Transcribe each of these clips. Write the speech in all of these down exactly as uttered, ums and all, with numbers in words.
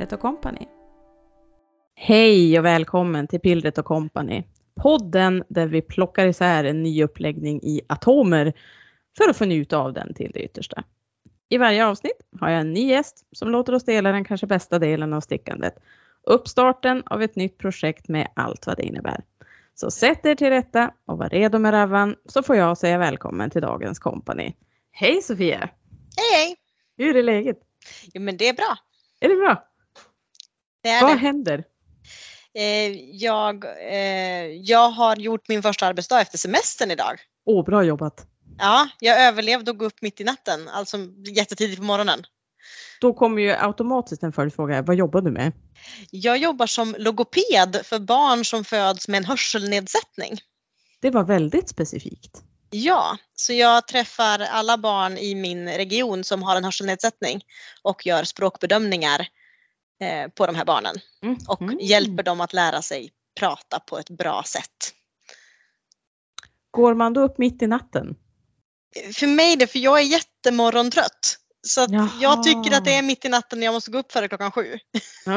Pillret och Company. Hej och välkommen till Pillret och Company. Podden där vi plockar isär en ny uppläggning i atomer för att få njuta av den till det yttersta. I varje avsnitt har jag en ny gäst som låter oss dela den kanske bästa delen av stickandet. Uppstarten av ett nytt projekt med allt vad det innebär. Så sätt er till rätta och var redo med Ravan, så får jag säga välkommen till dagens Company. Hej Sofia! Hej hej! Hur är läget? Jo men det är bra. Är det bra? Det är Vad det. händer? Eh, jag, eh, jag har gjort min första arbetsdag efter semestern idag. Åh, oh, bra jobbat. Ja, jag överlevde och gå upp mitt i natten. Alltså jättetidigt på morgonen. Då kommer ju automatiskt en följdfråga. Vad jobbar du med? Jag jobbar som logoped för barn som föds med en hörselnedsättning. Det var väldigt specifikt. Ja, så jag träffar alla barn i min region som har en hörselnedsättning och gör språkbedömningar eh, på de här barnen. Mm. Och Mm. hjälper dem att lära sig prata på ett bra sätt. Går man då upp mitt i natten? För mig det, för jag är jättemorgontrött. Så att Jaha. jag tycker att det är mitt i natten när jag måste gå upp före klockan sju. Ja.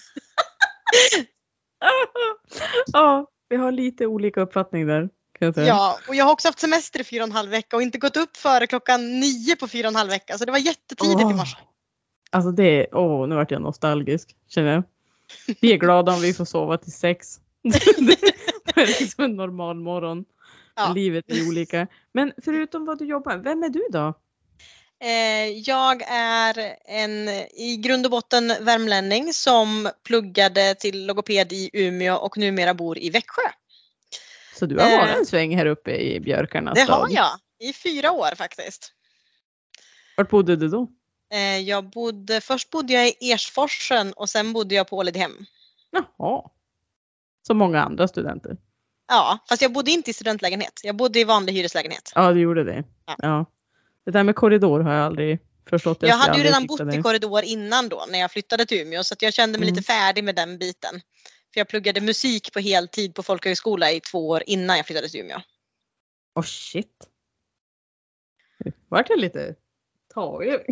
Ja, vi har lite olika uppfattning där. Kan jag säga. Ja, och jag har också haft semester i fyra och en halv vecka och inte gått upp före klockan nio på fyra och en halv vecka. Så det var jättetidigt oh. i morse. Alltså det är, åh, nu vart jag nostalgisk, känner jag. Vi är glada om vi får sova till sex. Det är liksom en normal morgon. Ja. Livet är olika. Men förutom vad du jobbar, vem är du då? Eh, jag är en i grund och botten värmlänning som pluggade till logoped i Umeå och numera bor i Växjö. Så du har varit en sväng här uppe i Björkarnas Det stad? har jag, i fyra år faktiskt. Vart bodde du då? Eh, jag bodde, först bodde jag i Ersforsen och sen bodde jag på Ålidhem. Jaha, som många andra studenter. Ja, fast jag bodde inte i studentlägenhet. Jag bodde i vanlig hyreslägenhet. Ja, du gjorde det. Ja. Ja. Det där med korridor har jag aldrig förstått. Jag, jag hade ju redan bott i korridor innan då när jag flyttade till Umeå. Så att jag kände mig mm. lite färdig med den biten. För jag pluggade musik på heltid på folkhögskola i två år innan jag flyttade till Umeå. Åh oh, shit. Vart jag lite tagen.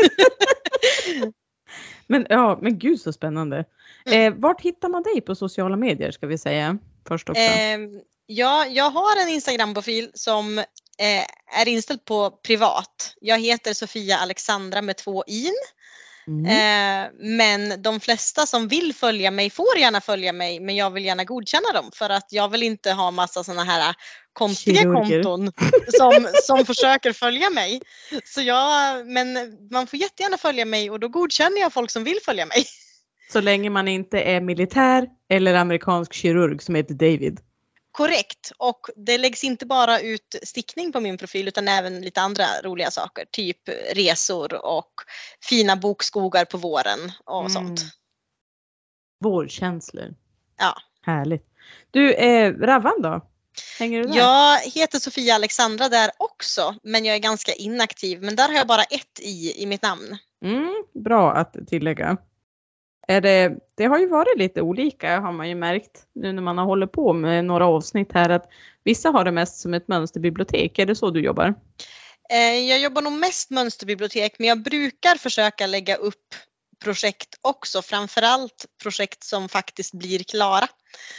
Men ja, men gud så spännande. Mm. Eh, vart hittar man dig på sociala medier ska vi säga först också? Eh, ja, jag har en Instagram-profil som eh, är inställd på privat. Jag heter Sofia Alexandra med två in. Mm. Eh, men de flesta som vill följa mig får gärna följa mig, men jag vill gärna godkänna dem för att jag vill inte ha massa såna här konstiga Kirurger. konton som, som försöker följa mig. Så jag, men man får jättegärna följa mig och då godkänner jag folk som vill följa mig. Så länge man inte är militär eller amerikansk kirurg som heter David. Korrekt, och det läggs inte bara ut stickning på min profil utan även lite andra roliga saker. Typ resor och fina bokskogar på våren och mm. sånt. Vårkänslor. Ja. Härligt. Du, eh, Ravan då? Hänger du där? Jag heter Sofia Alexandra där också, men jag är ganska inaktiv. Men där har jag bara ett i i mitt namn. Mm, bra att tillägga. Är det, det har ju varit lite olika har man ju märkt nu när man har hållit på med några avsnitt här att vissa har det mest som ett mönsterbibliotek. Är det så du jobbar? Jag jobbar nog mest mönsterbibliotek, men jag brukar försöka lägga upp projekt också. Framförallt projekt som faktiskt blir klara.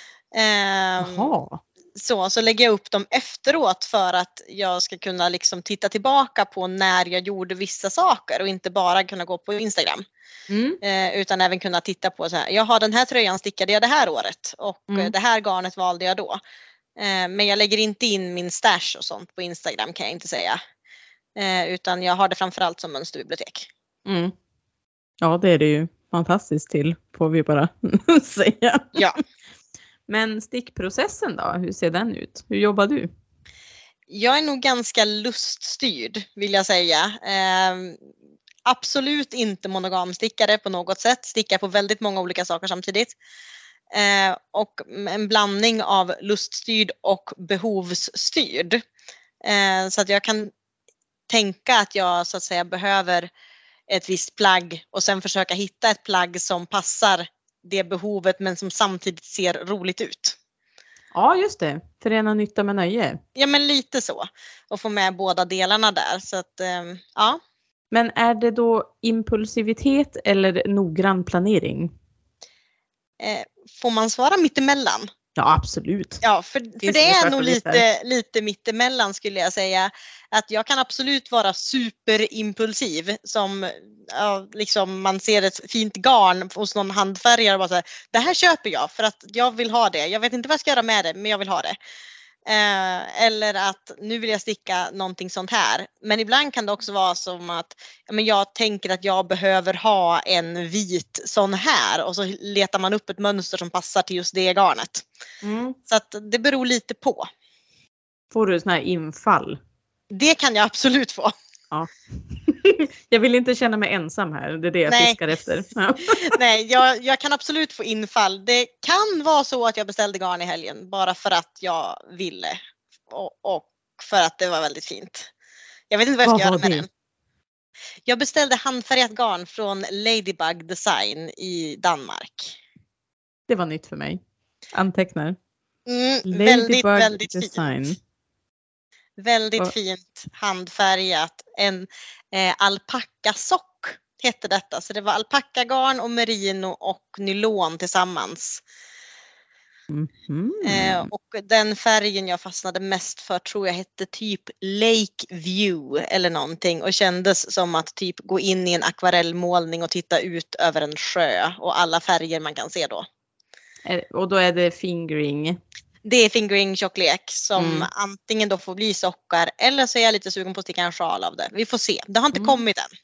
Jaha. Så, så lägger jag upp dem efteråt för att jag ska kunna liksom titta tillbaka på när jag gjorde vissa saker och inte bara kunna gå på Instagram. Mm. Eh, utan även kunna titta på så här, jag har den här tröjan stickade jag det här året och mm. det här garnet valde jag då. Eh, men jag lägger inte in min stash och sånt på Instagram kan jag inte säga. Eh, utan jag har det framförallt som mönsterbibliotek. Mm. Ja, det är det ju fantastiskt till får vi bara säga. Ja. Men stickprocessen då, hur ser den ut? Hur jobbar du? Jag är nog ganska luststyrd vill jag säga. Eh, absolut inte monogamstickare på något sätt. Stickar på väldigt många olika saker samtidigt. Eh, och en blandning av luststyrd och behovsstyrd. Eh, så att jag kan tänka att jag så att säga behöver ett visst plagg och sen försöka hitta ett plagg som passar det behovet men som samtidigt ser roligt ut. Ja just det, förena nytta med nöje. Ja men lite så. Och få med båda delarna där. Så att, ja. Men är det då impulsivitet eller noggrann planering? Eh, får man svara mittemellan? Ja, absolut. Ja, för, för Finns det inget är svart nog och vitt där. lite, lite mittemellan skulle jag säga. Att jag kan absolut vara superimpulsiv. Som ja, liksom man ser ett fint garn hos någon handfärgare och bara säger det här köper jag för att jag vill ha det. Jag vet inte vad jag ska göra med det, men jag vill ha det. Eh, eller att nu vill jag sticka någonting sånt här. Men ibland kan det också vara som att ja, men jag tänker att jag behöver ha en vit sån här. Och så letar man upp ett mönster som passar till just det garnet. Mm. Så att det beror lite på. Får du såna här infall? Det kan jag absolut få. Ja. Jag vill inte känna mig ensam här. Det är det jag Nej. fiskar efter. Ja. Nej, jag, jag kan absolut få infall. Det kan vara så att jag beställde garn i helgen bara för att jag ville. Och, och för att det var väldigt fint. Jag vet inte vad jag ska Vad göra var med det? den. Jag beställde handfärgat garn från Ladybug Design i Danmark. Det var nytt för mig. Antecknar. Mm, Ladybug väldigt, väldigt Design. fint. Väldigt Och- fint handfärgat. En eh, alpackasock hette detta. Så det var alpackagarn och merino och nylon tillsammans. Mhm. Eh, och den färgen jag fastnade mest för tror jag hette typ Lake View eller någonting. Och kändes som att typ gå in i en akvarellmålning och titta ut över en sjö. Och alla färger man kan se då. Eh, Och då är det fingering. Det är fingering tjocklek som Mm. antingen då får bli sockar eller så är jag lite sugen på att sticka en sjal av det. Vi får se. Det har inte Mm. kommit än.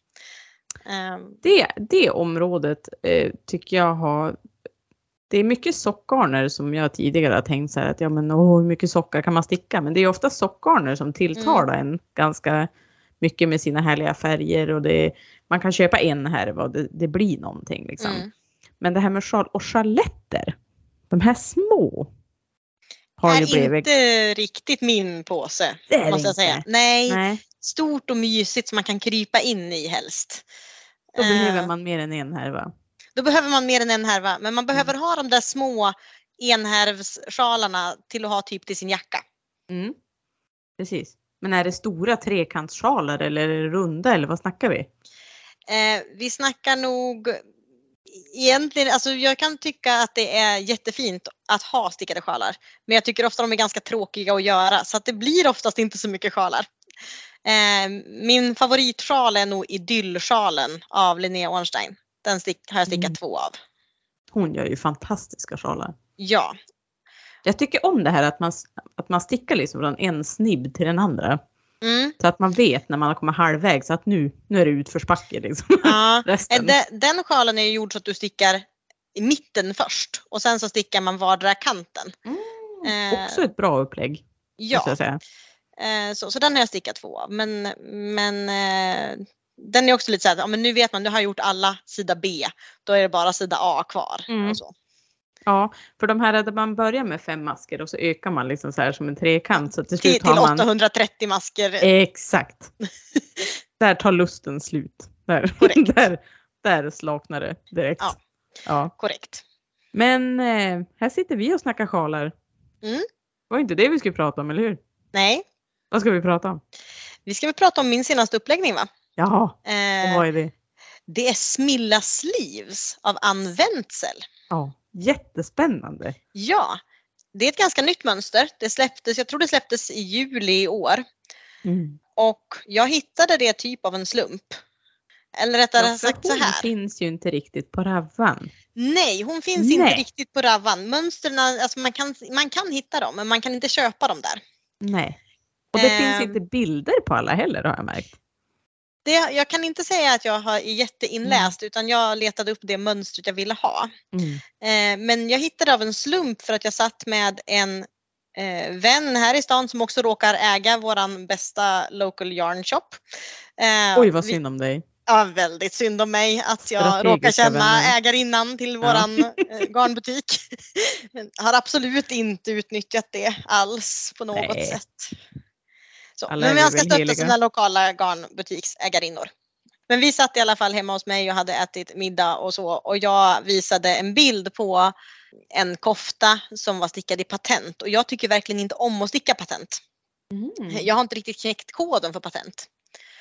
Um, Det, det området eh, tycker jag har... Det är mycket sockgarner som jag tidigare har tänkt så här att ja men åh, hur mycket sockar kan man sticka? Men det är ofta sockgarner som tilltalar en ganska mycket med sina härliga färger och det, man kan köpa en härva och det, det blir någonting liksom. Mm. Men det här med sjal och chaletter, de här små har ju är blivit... inte riktigt min påse. Det är det måste jag säga. inte. Nej, Nej, stort och mysigt som man kan krypa in i helst. då Eh, behöver man mer än en härva. Då behöver man mer än en härva. Men man behöver Mm. ha de där små enhärvssjalarna till att ha typ till sin jacka. Mm. Precis. Men är det stora trekantssjalar eller är det runda eller vad snackar vi? Eh, vi snackar nog egentligen, alltså jag kan tycka att det är jättefint att ha stickade sjalar. Men jag tycker ofta de är ganska tråkiga att göra så att det blir oftast inte så mycket sjalar. Eh, min favoritsjal är nog idyllsjalen av Linnea Ornstein. Den stick, har jag stickat Mm. två av. Hon gör ju fantastiska sjalar. Ja, Jag tycker om det här att man, att man stickar liksom från en snibb till den andra. mm. Så att man vet när man har kommit halvvägs att nu, nu är det utförsbacke liksom. ja. Resten. Den, den sjalen är ju gjord så att du stickar i mitten först och sen så stickar man vardera kanten. Mm. Eh, Också ett bra upplägg. Ja. Måste jag säga. Eh, Så, så den har jag stickat två av. Men, men eh, den är också lite så här, ja, men nu vet man, nu har jag gjort alla sida B. Då är det bara sida A kvar. Mm. Och så. Ja, för de här där man börjar med fem masker och så ökar man liksom så här som en trekant. Så till Till, slut till har man... åttahundratrettio masker. Exakt. Där tar lusten slut. Där, Korrekt. där, där slaknar det direkt. Ja. Ja. Korrekt. Men eh, här sitter vi och snackar sjalar. Mm. Det var inte det vi skulle prata om, eller hur? Nej, Vad ska vi prata om? vi ska väl prata om min senaste uppläggning va? Jaha, och Eh, vad är det? det är Smilla Sleeves av Ann Wenzel. Ja, jättespännande. Ja, det är ett ganska nytt mönster. Det släpptes, jag tror det släpptes i juli i år. Mm. Och jag hittade det typ av en slump. Eller rättare Ja, för sagt så hon här. finns ju inte riktigt på Ravvan. Nej, hon finns Nej. inte riktigt på Ravvan. Mönstren, alltså man kan, man kan hitta dem men man kan inte köpa dem där. Nej. Och det Ehm. finns inte bilder på alla heller har jag märkt. Det, jag kan inte säga att jag har är jätteinläst utan jag letade upp det mönstret jag ville ha. Mm. Eh, men jag hittade av en slump för att jag satt med en eh, vän här i stan som också råkar äga våran bästa local yarn shop. Eh, Oj, vad vi- synd om dig. Ja, väldigt synd om mig att jag Strategiska råkar känna vänner. ägarinnan till våran eh, garnbutik. Men har absolut inte utnyttjat det alls på något Nej. sätt. Så, Alla men är man vi ska väl stötta heliga. sina lokala garnbutiksägarinnor. Men vi satt i alla fall hemma hos mig och hade ätit middag och så. Och jag visade en bild på en kofta som var stickad i patent. Och jag tycker verkligen inte om att sticka patent. Mm. Jag har inte riktigt knäckt koden för patent.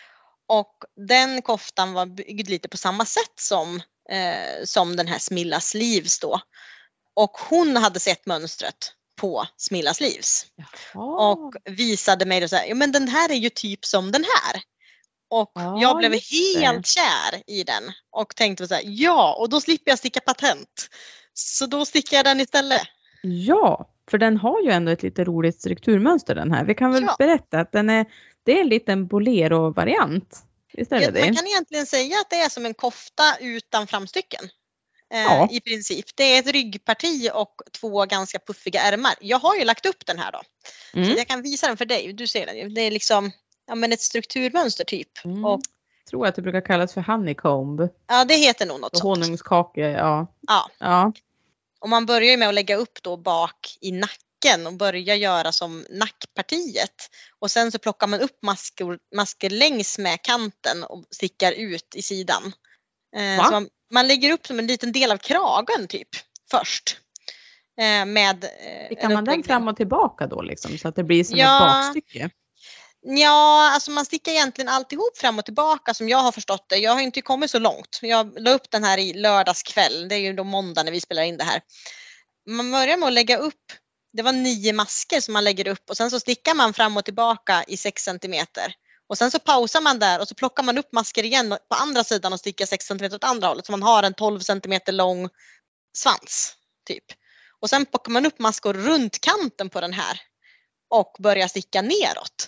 Och den koftan var byggd lite på samma sätt som, eh, som den här Smilla Sleeves då. Och hon hade sett mönstret på Smilla Sleeves. Jaha. Och visade mig då så här, ja men den här är ju typ som den här. Och Ja, jag blev just det. helt kär i den. Och tänkte så här, ja, och då slipper jag sticka patent. Så då stickar jag den istället. Ja, för den har ju ändå ett lite roligt strukturmönster den här. Vi kan väl Ja. berätta att den är, det är en liten bolero-variant. Visst är det Ja, det? man kan egentligen säga att det är som en kofta utan framstycken. Eh, Ja. I princip. Det är ett ryggparti och två ganska puffiga ärmar. Jag har ju lagt upp den här då. Mm. Så jag kan visa den för dig. Du ser den ju. Det är liksom ja, men ett strukturmönster typ. Mm. Och, Tror att det brukar kallas för honeycomb. ja, det heter nog något Och sånt. honungskaka, ja. Ja. Ja. Och man börjar ju med att lägga upp då bak i nacken och börja göra som nackpartiet. Och sen så plockar man upp masker, masker längs med kanten och stickar ut i sidan. Eh, så man, man lägger upp som en liten del av kragen typ först. Eh, med eh, Kan man den fram och tillbaka då liksom så att det blir som Ja. ett bakstycke? Ja, alltså man stickar egentligen alltihop fram och tillbaka som jag har förstått det. Jag har inte kommit så långt. Jag la upp den här i lördagskväll. Det är ju då måndag när vi spelar in det här. Man börjar med att lägga upp, det var nio masker som man lägger upp och sen så stickar man fram och tillbaka i sex centimeter. Och sen så pausar man där och så plockar man upp masker igen på andra sidan och stickar sex centimeter åt andra hållet. Så man har en tolv centimeter lång svans typ. Och sen plockar man upp maskor runt kanten på den här och börjar sticka neråt.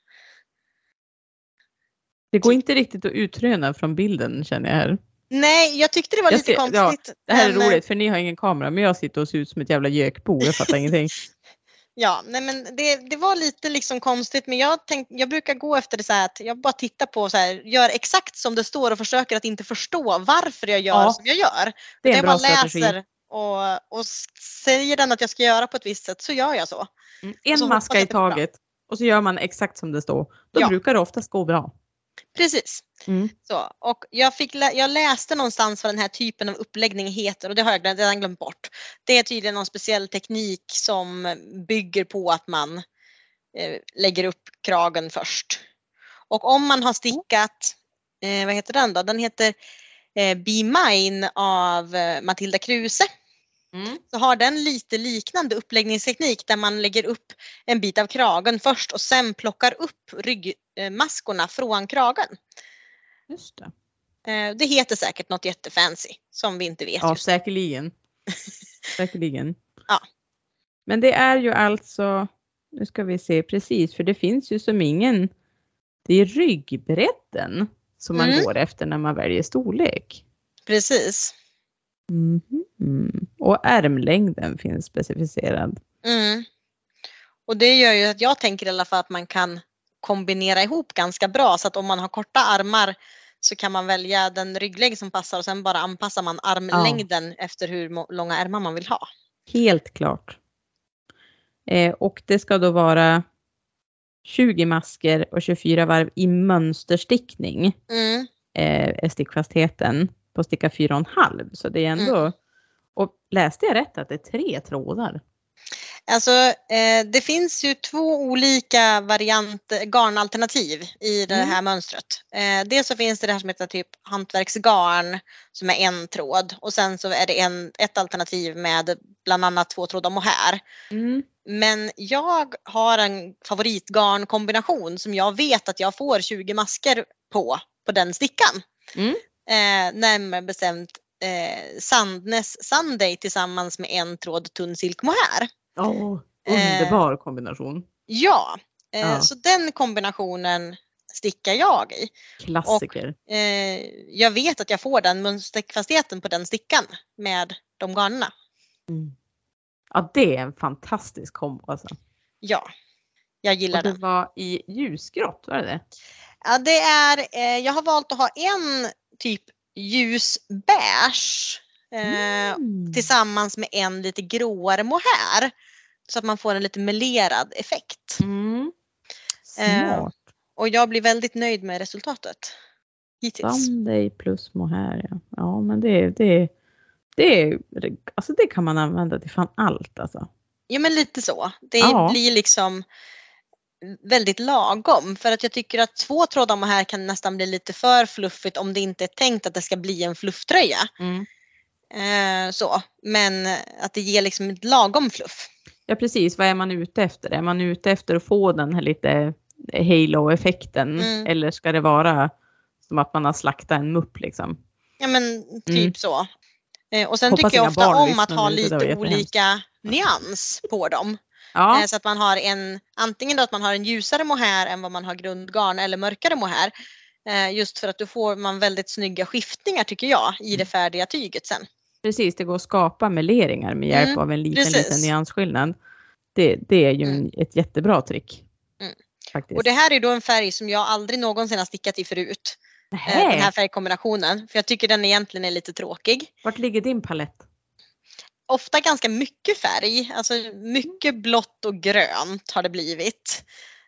Det går inte riktigt att utröna från bilden känner jag här. Nej, jag tyckte det var Jag lite ser- konstigt. ja, Det här är men, roligt för ni har ingen kamera men jag sitter och ser ut som ett jävla gökbo. Jag fattar ingenting. Ja, nej men det, det var lite liksom konstigt men jag, tänk, jag brukar gå efter det så här att jag bara tittar på så här, gör exakt som det står och försöker att inte förstå varför jag gör Ja, som jag gör. Det är en jag bra bara strategi. läser och, och säger den att jag ska göra på ett visst sätt så gör jag så. Mm, Och så En hoppas maska jag i att det blir bra. taget och så gör man exakt som det står. Då Ja. brukar det oftast gå bra. Precis. Mm. Så, och jag, fick lä- jag läste någonstans vad den här typen av uppläggning heter och det har jag glömt, redan glömt bort. Det är tydligen någon speciell teknik som bygger på att man eh, lägger upp kragen först. Och om man har stickat, eh, vad heter den då? Den heter eh, Be Mine av eh, Matilda Kruse. Mm. Så har den lite liknande uppläggningsteknik där man lägger upp en bit av kragen först och sen plockar upp ryggmaskorna från kragen. Just det. Eh, Det heter säkert något jättefancy som vi inte vet Ja, just. säkerligen. säkerligen. Ja. Men det är ju alltså, nu ska vi se precis, för det finns ju som ingen, det är ryggbredden som man Mm. går efter när man väljer storlek. Precis. Mhm. Och ärmlängden finns specificerad. Mm. Och det gör ju att jag tänker i alla fall att man kan kombinera ihop ganska bra så att om man har korta armar så kan man välja den rygglägg som passar och sen bara anpassar man armlängden efter hur mo- långa ärmar man vill ha. Helt klart. Eh, och det ska då vara tjugo masker och tjugofyra varv i mönsterstickning. Mm. Eh, är stickfastheten på sticka fyra och en halv. Så det är ändå, Mm. och läste jag rätt att det är tre trådar? Alltså eh, det finns ju två olika varianter, garnalternativ i det Mm. här mönstret. Eh, dels så finns det det här som heter typ hantverksgarn som är en tråd och sen så är det en, ett alternativ med bland annat två trådar mohair. Mm. Men jag har en favoritgarnkombination som jag vet att jag får tjugo masker på, på den stickan. Mm. Eh, närmare bestämt eh, Sandnes Sunday tillsammans med en tråd tunn silk mohair. Oh, underbar kombination. Ja, eh, Ja. så den kombinationen stickar jag i. Klassiker. Eh, jag vet att jag får den mönsterfastheten på den stickan med de garnerna. Mm. Ja, det är en fantastisk kombo alltså. Ja, jag gillar Och det den. var i ljusgrått, var det det? Ja, det är, eh, jag har valt att ha en typ ljusbeige eh, Mm. tillsammans med en lite gråare mohair. Så att man får en lite melerad effekt. Mm. Smart. Och jag blir väldigt nöjd med resultatet hittills. Sunday plus mohair, ja. Ja, men det, det, det, är, alltså det kan man använda till fan allt alltså. Ja men lite så. Det Ja. blir liksom väldigt lagom. För att jag tycker att två trådar mohair kan nästan bli lite för fluffigt om det inte är tänkt att det ska bli en flufftröja. Mm. Eh, så. Men att det ger liksom ett lagom fluff. Ja precis, vad är man ute efter? Är man ute efter att få den här lite halo-effekten? Mm. Eller ska det vara som att man har slaktat en mupp liksom? Ja men typ Mm. så. Eh, och sen Hoppas tycker jag inga ofta barn om att lyssnar ha nu, för det var lite jättehemskt. olika nyans på dem. Ja, Eh, så att man har en, antingen då att man har en ljusare mohair än vad man har grundgarn eller mörkare mohair. Eh, just för att då får man väldigt snygga skiftningar tycker jag i det färdiga tyget sen. precis. Det går att skapa meleringar med hjälp Mm, av en liten, precis. liten nyansskillnad. Det, det är ju Mm. en, ett jättebra trick. Mm. Faktiskt. Och det här är då en färg som jag aldrig någonsin har stickat i förut. Eh, Nähä. den här färgkombinationen. För jag tycker den egentligen är lite tråkig. Vart ligger din palett? Ofta ganska mycket färg, alltså mycket blått och grönt har det blivit.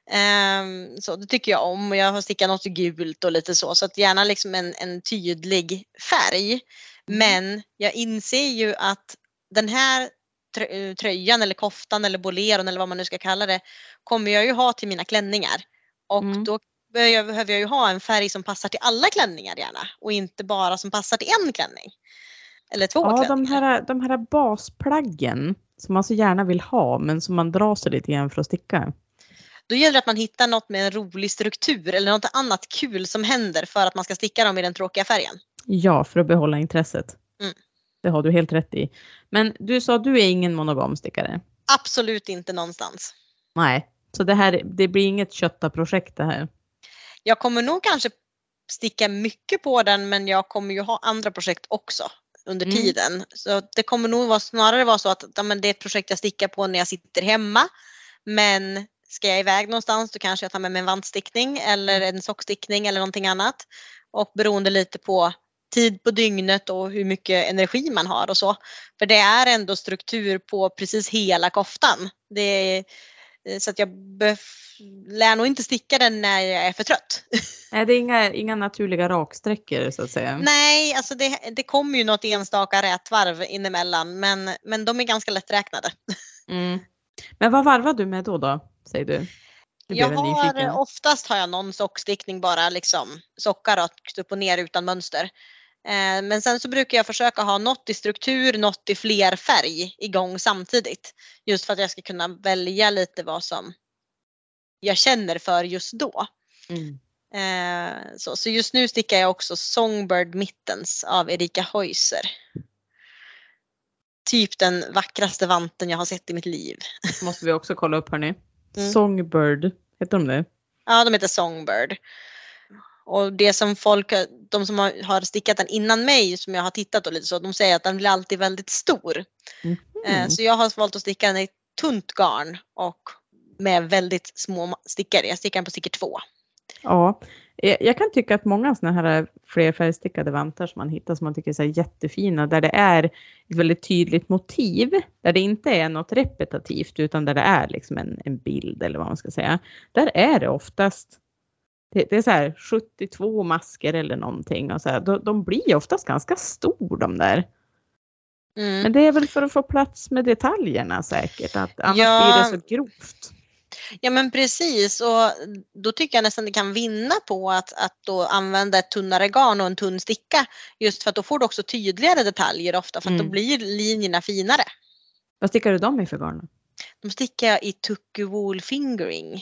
Um, så det tycker jag om, och jag har stickat något gult och lite så, så att gärna liksom en, en tydlig färg. Men jag inser ju att den här trö- tröjan eller koftan eller boleron eller vad man nu ska kalla det kommer jag ju ha till mina klänningar. Och Mm. då behöver jag ju ha en färg som passar till alla klänningar gärna, och inte bara som passar till en klänning. Eller två Ja, klänningar. de här, de här basplaggen som man så gärna vill ha men som man drar sig lite grann för att sticka. Då gäller det att man hittar något med en rolig struktur eller något annat kul som händer för att man ska sticka dem i den tråkiga färgen. Ja, för att behålla intresset. Mm. Det har du helt rätt i. Men du sa att du är ingen monogamstickare. Absolut inte någonstans. Nej, så det här det blir inget kötta-projekt det här. Jag kommer nog kanske sticka mycket på den, men jag kommer ju ha andra projekt också under Mm. tiden. Så det kommer nog vara, snarare vara så att ja, men det är ett projekt jag stickar på när jag sitter hemma. Men ska jag iväg någonstans då kanske jag tar med mig en vantstickning eller en sockstickning eller någonting annat. Och beroende lite på tid på dygnet och hur mycket energi man har och så. För det är ändå struktur på precis hela koftan. Det är, så att jag bef- lär nog inte sticka den när jag är för trött. Nej, det är inga, inga naturliga raksträckor så att säga. Nej, alltså det, det kommer ju något enstaka rätvarv inemellan, men, men de är ganska lätträknade. Mm. Men vad varvar du med då då, säger du? Nu Jag blev har, nyfiken. oftast har jag någon sockstickning bara, liksom sockar rakt upp och ner utan mönster. Eh, men sen så brukar jag försöka ha något i struktur, något i fler färg igång samtidigt. Just för att jag ska kunna välja lite vad som jag känner för just då. Mm. Eh, så, så just nu stickar jag också Songbird Mittens av Erika Heuser. Typ den vackraste vanten jag har sett i mitt liv. Måste vi också kolla upp hörni. Mm. Songbird, heter de det? Ja, de heter Songbird. Och det som folk, de som har, har stickat den innan mig, som jag har tittat och lite så, de säger att den blir alltid väldigt stor. Mm. Eh, så jag har valt att sticka den i tunt garn och med väldigt små stickor. Jag stickar den på stickor två. Ja, jag jag kan tycka att många såna här flerfärgstickade vantar som man hittar som man tycker är så här jättefina, där det är ett väldigt tydligt motiv, där det inte är något repetitivt utan där det är liksom en, en bild eller vad man ska säga. Där är det oftast, det, det är så här sjuttiotvå masker eller någonting och så här, de, de blir oftast ganska stor de där. Mm. Men det är väl för att få plats med detaljerna säkert, att annars Ja. blir det så grovt. Ja men precis, och då tycker jag nästan det kan vinna på att, att då använda ett tunnare garn och en tunn sticka. Just för att då får du också tydligare detaljer ofta, för att Mm. då blir linjerna finare. Vad stickar du dem i för garn? De stickar jag i Tuku Wool Fingering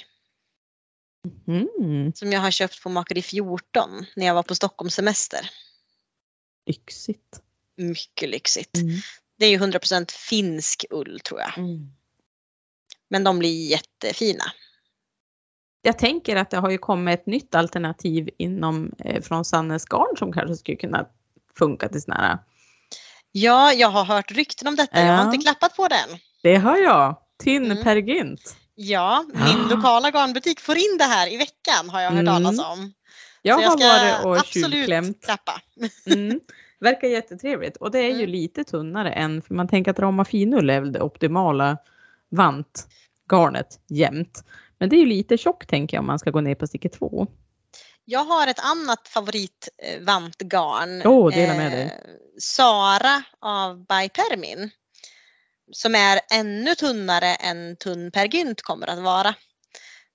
Mm, som jag har köpt på Makeri fjorton när jag var på Stockholmssemester. yxigt. Mycket lyxigt. Mm. Det är ju hundra procent finsk ull tror jag. Mm. Men de blir jättefina. Jag tänker att det har ju kommit ett nytt alternativ inom eh, från Sannes garn som kanske skulle kunna funka till såna här. Ja, jag har hört rykten om detta. Jag har Ja. inte klappat på den. Det har jag. Tinn Mm. Per Gynt. Ja, min Ah. lokala garnbutik får in det här i veckan har jag hört Mm. talas om. Jag Så jag har ska varit och absolut tjuvklämt. klappa. Mm. Verkar jättetrevligt. Och det är ju Mm. lite tunnare än, för man tänker att Rama finull är väl det optimala vantgarnet jämt. Men det är ju lite tjock tänker jag om man ska gå ner på sticker två. Jag har ett annat favoritvantgarn. Åh, dela med dig. Sara av By Permin. Som är ännu tunnare än tunn Per Gynt kommer att vara.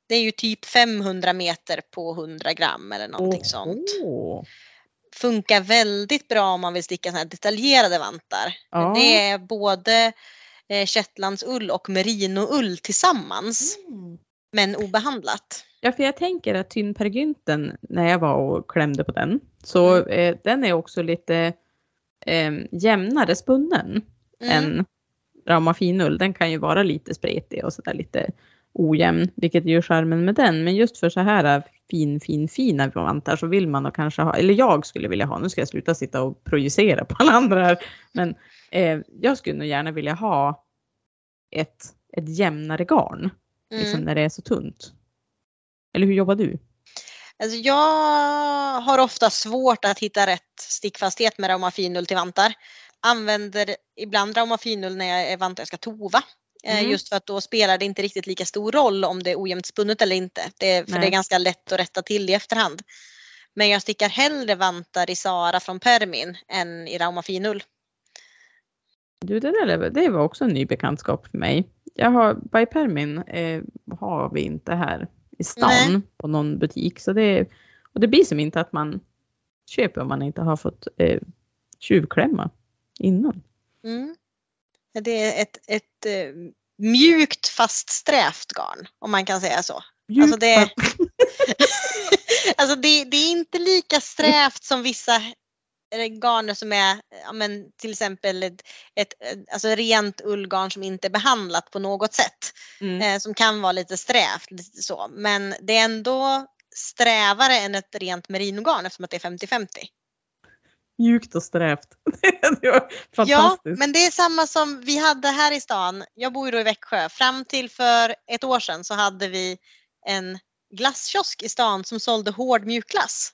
Det är ju typ femhundra meter på hundra gram eller någonting Oho. sånt. Funkar väldigt bra om man vill sticka så här detaljerade vantar. Ja. Det är både eh, shetlandsull och merinoull tillsammans. Mm. Men obehandlat. Ja, för jag tänker att Tynpergynten, när jag var och klämde på den, så Mm. eh, den är också lite eh, jämnare spunnen Mm. än Raumafinull. Den kan ju vara lite spretig och sådär lite ojämn, vilket gör charmen med den. Men just för så här fin, fin, fina vantar så vill man och kanske ha, eller jag skulle vilja ha, nu ska jag sluta sitta och projicera på alla andra här, men eh, jag skulle nog gärna vilja ha ett, ett jämnare garn, Mm. liksom när det är så tunt. Eller hur jobbar du? Alltså jag har ofta svårt att hitta rätt stickfasthet med Raumafinull till vantar. Använder ibland Raumafinull när jag är vantar jag ska tova. Mm. Just för att då spelar det inte riktigt lika stor roll om det är ojämnt spunnet eller inte. Det, för Nej. det är ganska lätt att rätta till i efterhand. Men jag stickar hellre vantar i Sara från Permin än i Raumafinull. Du, det, där, det var också en ny bekantskap för mig. Jag har, by Permin eh, har vi inte här i stan. Nej. På någon butik. Så det, och det blir som inte att man köper om man inte har fått eh, tjuvklämma innan. Mm. Det är ett, ett eh, mjukt fast strävt garn, om man kan säga så. Mjukt alltså det, alltså det, det är inte lika strävt som vissa garner som är ja, men till exempel ett, ett alltså rent ullgarn som inte är behandlat på något sätt. Mm. Eh, som kan vara lite strävt, lite så. Men det är ändå strävare än ett rent merinogarn eftersom att det är femtio femtio. Mjukt och strävt. Det var fantastiskt. Ja, men det är samma som vi hade här i stan. Jag bor ju då i Växjö. Fram till för ett år sedan så hade vi en glasskiosk i stan som sålde hård mjukglass.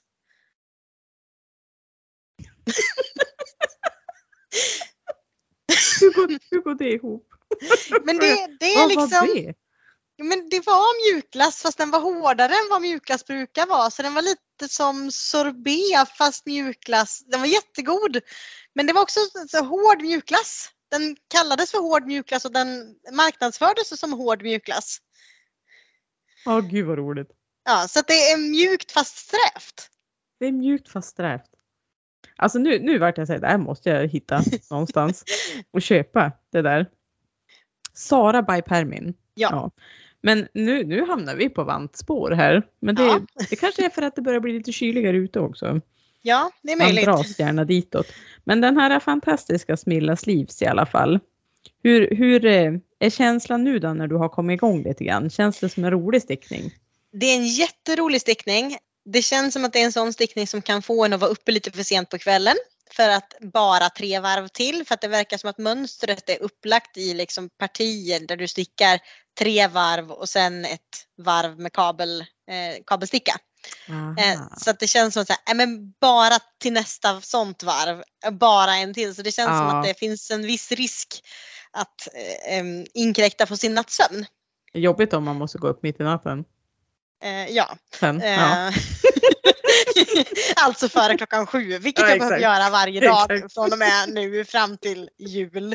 hur, går, hur går det ihop? Men det, det är vad liksom... var det? Men det var mjukglass fast den var hårdare än vad mjukglass brukar vara. Så den var lite som sorbet fast mjukglass. Den var jättegod. Men det var också så hård mjukglass. Den kallades för hård mjukglass och den marknadsfördes som hård mjukglass. Ja, oh, gud vad roligt. Ja, så att det är mjukt fast strävt. Det är mjukt fast strävt. Alltså nu, nu vart jag säga, det här måste jag hitta någonstans och köpa det där. Sara by Permin. Ja. ja. Men nu, nu hamnar vi på vantspår här. Men det, ja. det kanske är för att det börjar bli lite kyligare ute också. Ja, det är möjligt. Man dras gärna ditåt. Men den här fantastiska Smilla Sleeves i alla fall. Hur, hur är känslan nu då när du har kommit igång lite grann? Känns det som en rolig stickning? Det är en jätterolig stickning. Det känns som att det är en sån stickning som kan få en att vara uppe lite för sent på kvällen. För att bara tre varv till. För att det verkar som att mönstret är upplagt i liksom partier där du stickar tre varv och sen ett varv med kabel, eh, kabelsticka. Eh, så att det känns som att säga, äh, men bara till nästa sånt varv, bara en till. Så det känns ja. som att det finns en viss risk att eh, inkräkta på sin nattsömn. Jobbigt om man måste gå upp mitt i natten. Eh, ja. Sen, ja. Alltså före klockan sju, vilket ja, jag behöver göra varje dag exakt. Från och med nu fram till jul.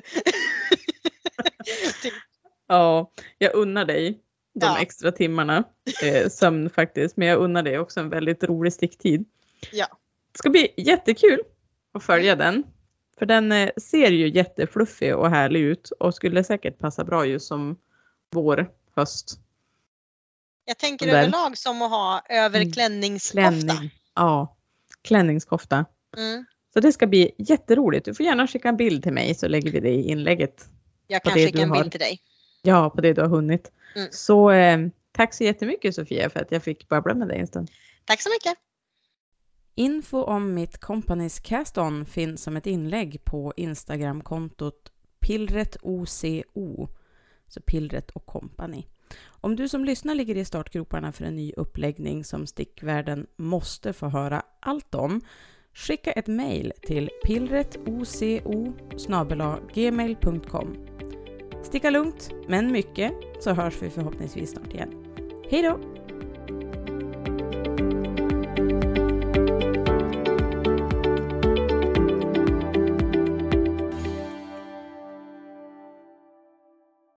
Ja, jag unnar dig de ja. extra timmarna eh, sömn faktiskt. Men jag unnar dig också en väldigt rolig sticktid. Ja. Det ska bli jättekul att följa den. För den eh, ser ju jättefluffig och härlig ut. Och skulle säkert passa bra just som vår, höst. Jag tänker överlag som att ha över klänningskofta. Klänning. Ja, klänningskofta. Mm. Så det ska bli jätteroligt. Du får gärna skicka en bild till mig så lägger vi det i inlägget. Jag kan skicka en bild har... till dig. Ja, på det du har hunnit. Mm. Så eh, tack så jättemycket Sofia för att jag fick babbla med dig en stund. Tack så mycket. Info om mitt Companys Cast-On finns som ett inlägg på Instagramkontot pillretoco. Så Pillret och Company. Om du som lyssnar ligger i startgroparna för en ny uppläggning som stickvärlden måste få höra allt om, skicka ett mejl till pillretoco snabel-a gmail punkt com. Sticka lugnt, men mycket, så hörs vi förhoppningsvis snart igen. Hej då!